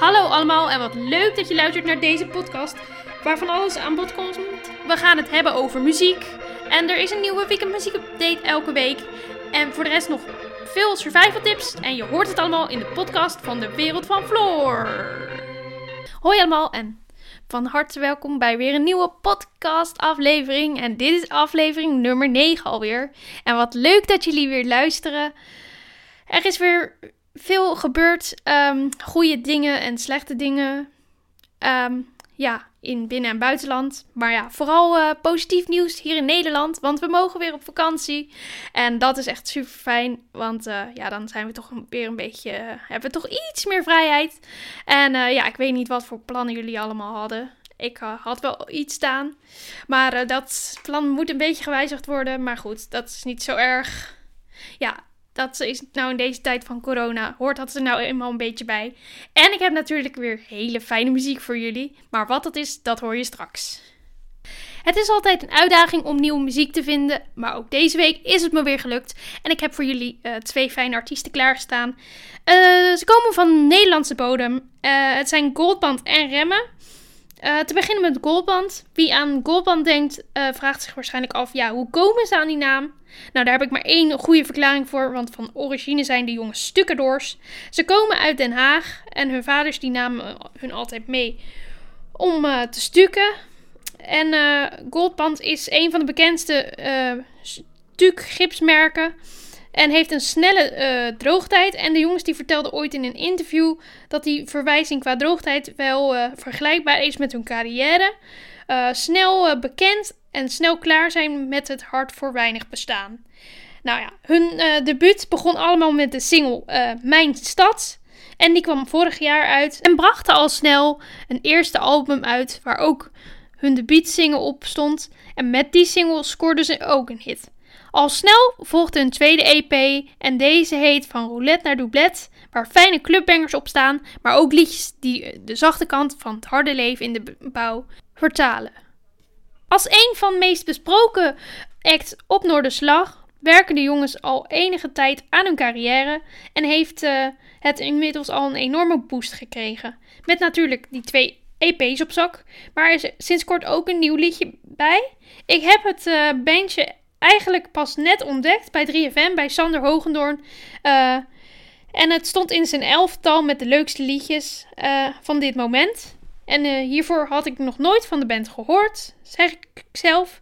Hallo allemaal en wat leuk dat je luistert naar deze podcast waarvan alles aan bod komt. We gaan het hebben over muziek en er is een nieuwe weekend muziekupdate elke week. En voor de rest nog veel survival tips en je hoort het allemaal in de podcast van de Wereld van Floor. Hoi allemaal en van harte welkom bij weer een nieuwe podcast aflevering. En dit is aflevering nummer 9 alweer. En wat leuk dat jullie weer luisteren. Er is weer veel gebeurd, goede dingen en slechte dingen, in binnen- en buitenland. Maar ja, vooral positief nieuws hier in Nederland, want we mogen weer op vakantie. En dat is echt super fijn, want dan zijn we toch weer een beetje, hebben we toch iets meer vrijheid. En ik weet niet wat voor plannen jullie allemaal hadden. Ik had wel iets staan, maar dat plan moet een beetje gewijzigd worden. Maar goed, dat is niet zo erg. Ja, dat is nou in deze tijd van corona, hoort dat er nou eenmaal een beetje bij. En ik heb natuurlijk weer hele fijne muziek voor jullie. Maar wat dat is, dat hoor je straks. Het is altijd een uitdaging om nieuwe muziek te vinden. Maar ook deze week is het me weer gelukt. En ik heb voor jullie 2 fijne artiesten klaarstaan. Ze komen van Nederlandse bodem. Het zijn Goldband en Remme. Te beginnen met Goldband. Wie aan Goldband denkt, vraagt zich waarschijnlijk af, hoe komen ze aan die naam? Nou, daar heb ik maar 1 goede verklaring voor, want van origine zijn de jongens stucadoors. Ze komen uit Den Haag en hun vaders die namen hun altijd mee om te stukken. En Goldband is een van de bekendste stukgipsmerken en heeft een snelle droogtijd. En de jongens die vertelden ooit in een interview dat die verwijzing qua droogtijd wel vergelijkbaar is met hun carrière. Snel bekend en snel klaar zijn met het hart voor weinig bestaan. Nou ja, hun debuut begon allemaal met de single Mijn Stad. En die kwam vorig jaar uit en brachten al snel een eerste album uit waar ook hun debuutsingle op stond. En met die single scoorden ze ook een hit. Al snel volgde een tweede EP en deze heet Van Roulette naar Doublet, waar fijne clubbangers op staan, maar ook liedjes die de zachte kant van het harde leven in de bouw vertalen. Als een van de meest besproken acts op Noorderslag werken de jongens al enige tijd aan hun carrière en heeft het inmiddels al een enorme boost gekregen. Met natuurlijk die 2 EP's op zak, maar er is sinds kort ook een nieuw liedje bij. Ik heb het bandje eigenlijk pas net ontdekt bij 3FM, bij Sander Hogendoorn. En het stond in zijn 11-tal met de leukste liedjes van dit moment. En hiervoor had ik nog nooit van de band gehoord, zeg ik zelf.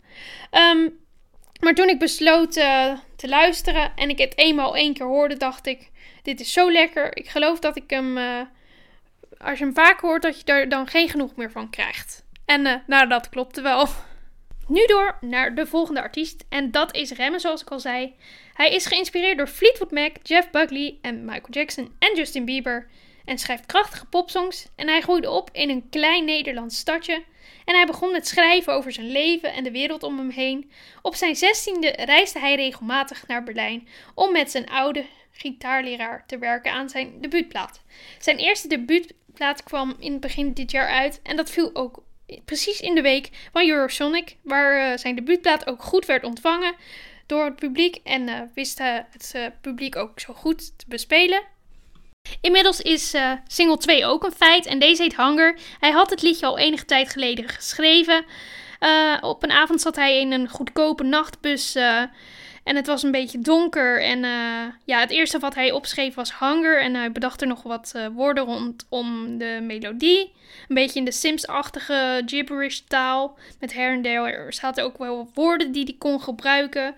Maar toen ik besloot te luisteren en ik het eenmaal 1 keer hoorde, dacht ik, dit is zo lekker. Ik geloof dat ik hem, als je hem vaak hoort, dat je er dan geen genoeg meer van krijgt. En dat klopte wel. Nu door naar de volgende artiest en dat is Remme, zoals ik al zei. Hij is geïnspireerd door Fleetwood Mac, Jeff Buckley en Michael Jackson en Justin Bieber. En schrijft krachtige popsongs en hij groeide op in een klein Nederlands stadje. En hij begon met schrijven over zijn leven en de wereld om hem heen. Op zijn 16e reisde hij regelmatig naar Berlijn om met zijn oude gitaarleraar te werken aan zijn debuutplaat. Zijn eerste debuutplaat kwam in het begin dit jaar uit en dat viel ook precies in de week van Eurosonic, waar zijn debuutplaat ook goed werd ontvangen door het publiek en wist het publiek ook zo goed te bespelen. Inmiddels is single 2 ook een feit en deze heet Hunger. Hij had het liedje al enige tijd geleden geschreven. Op een avond zat hij in een goedkope nachtbus en het was een beetje donker. En het eerste wat hij opschreef was Hunger en hij bedacht er nog wat woorden rondom de melodie. Een beetje in de Sims-achtige gibberish taal. Met her en der er zaten ook wel woorden die hij kon gebruiken.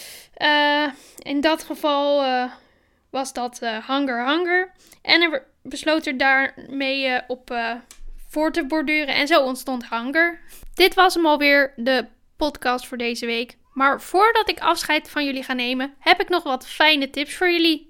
In dat geval was dat Hunger. En hij besloot er daarmee op voor te borduren. En zo ontstond Hunger. Dit was hem alweer, de podcast voor deze week. Maar voordat ik afscheid van jullie ga nemen, heb ik nog wat fijne tips voor jullie.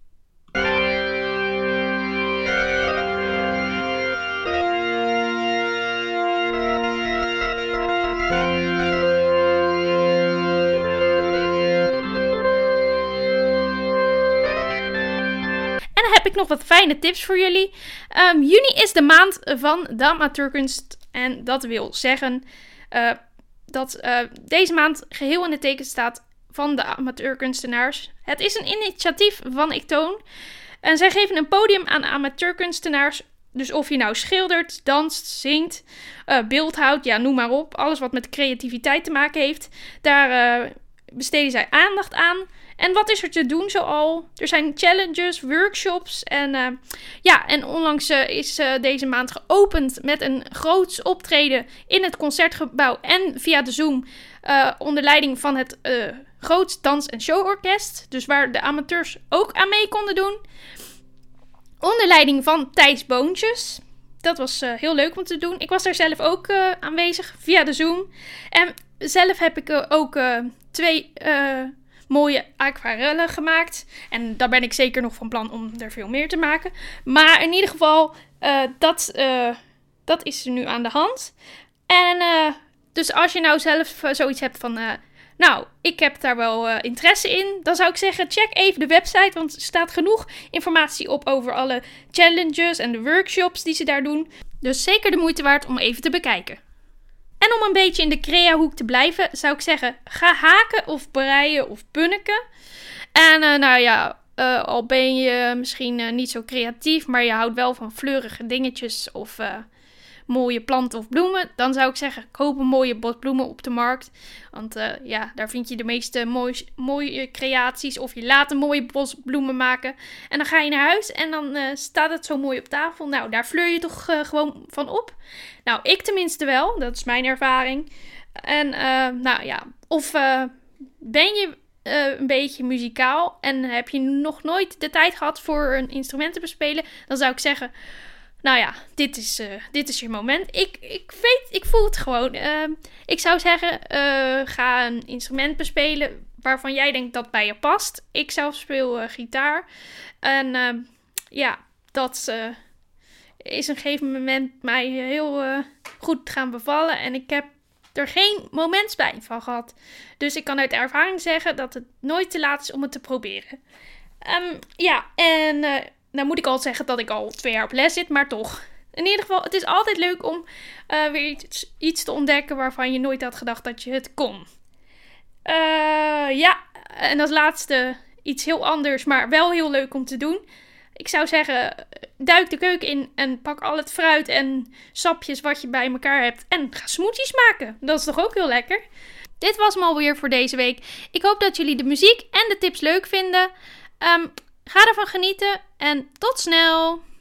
Heb ik nog wat fijne tips voor jullie. Juni is de maand van de amateurkunst. En dat wil zeggen dat deze maand geheel in het teken staat van de amateurkunstenaars. Het is een initiatief van Ik Toon. En zij geven een podium aan amateurkunstenaars Dus of je nou schildert, danst, zingt, beeldhouwt, ja, noem maar op. Alles wat met creativiteit te maken heeft, daar besteden zij aandacht aan. En wat is er te doen zoal? Er zijn challenges, workshops en onlangs is deze maand geopend met een groots optreden in het Concertgebouw en via de Zoom onder leiding van het Groots Dans- en Showorkest. Dus waar de amateurs ook aan mee konden doen. Onder leiding van Thijs Boontjes. Dat was heel leuk om te doen. Ik was daar zelf ook aanwezig via de Zoom. En zelf heb ik ook 2 mooie aquarellen gemaakt. En daar ben ik zeker nog van plan om er veel meer te maken. Maar in ieder geval, dat is er nu aan de hand. En dus als je nou zelf zoiets hebt van... ik heb daar wel interesse in. Dan zou ik zeggen, check even de website. Want er staat genoeg informatie op over alle challenges en de workshops die ze daar doen. Dus zeker de moeite waard om even te bekijken. En om een beetje in de crea-hoek te blijven, zou ik zeggen, ga haken of breien of punniken. En al ben je misschien niet zo creatief, maar je houdt wel van fleurige dingetjes of mooie planten of bloemen, dan zou ik zeggen, koop een mooie bosbloemen op de markt. Want daar vind je de meeste mooie creaties. Of je laat een mooie bosbloemen maken. En dan ga je naar huis en dan staat het zo mooi op tafel. Nou, daar fleur je toch gewoon van op. Nou, ik tenminste wel. Dat is mijn ervaring. En of ben je een beetje muzikaal en heb je nog nooit de tijd gehad voor een instrument te bespelen, dan zou ik zeggen, dit is je moment. Ik voel het gewoon. Ik zou zeggen, ga een instrument bespelen waarvan jij denkt dat bij je past. Ik zelf speel gitaar. En dat is een gegeven moment mij heel goed gaan bevallen. En ik heb er geen momentspijn van gehad. Dus ik kan uit ervaring zeggen dat het nooit te laat is om het te proberen. Nou moet ik al zeggen dat ik al 2 jaar op les zit, maar toch. In ieder geval, het is altijd leuk om weer iets te ontdekken waarvan je nooit had gedacht dat je het kon. En als laatste iets heel anders, maar wel heel leuk om te doen. Ik zou zeggen, duik de keuken in en pak al het fruit en sapjes wat je bij elkaar hebt en ga smoothies maken. Dat is toch ook heel lekker? Dit was hem alweer voor deze week. Ik hoop dat jullie de muziek en de tips leuk vinden. Ga ervan genieten en tot snel!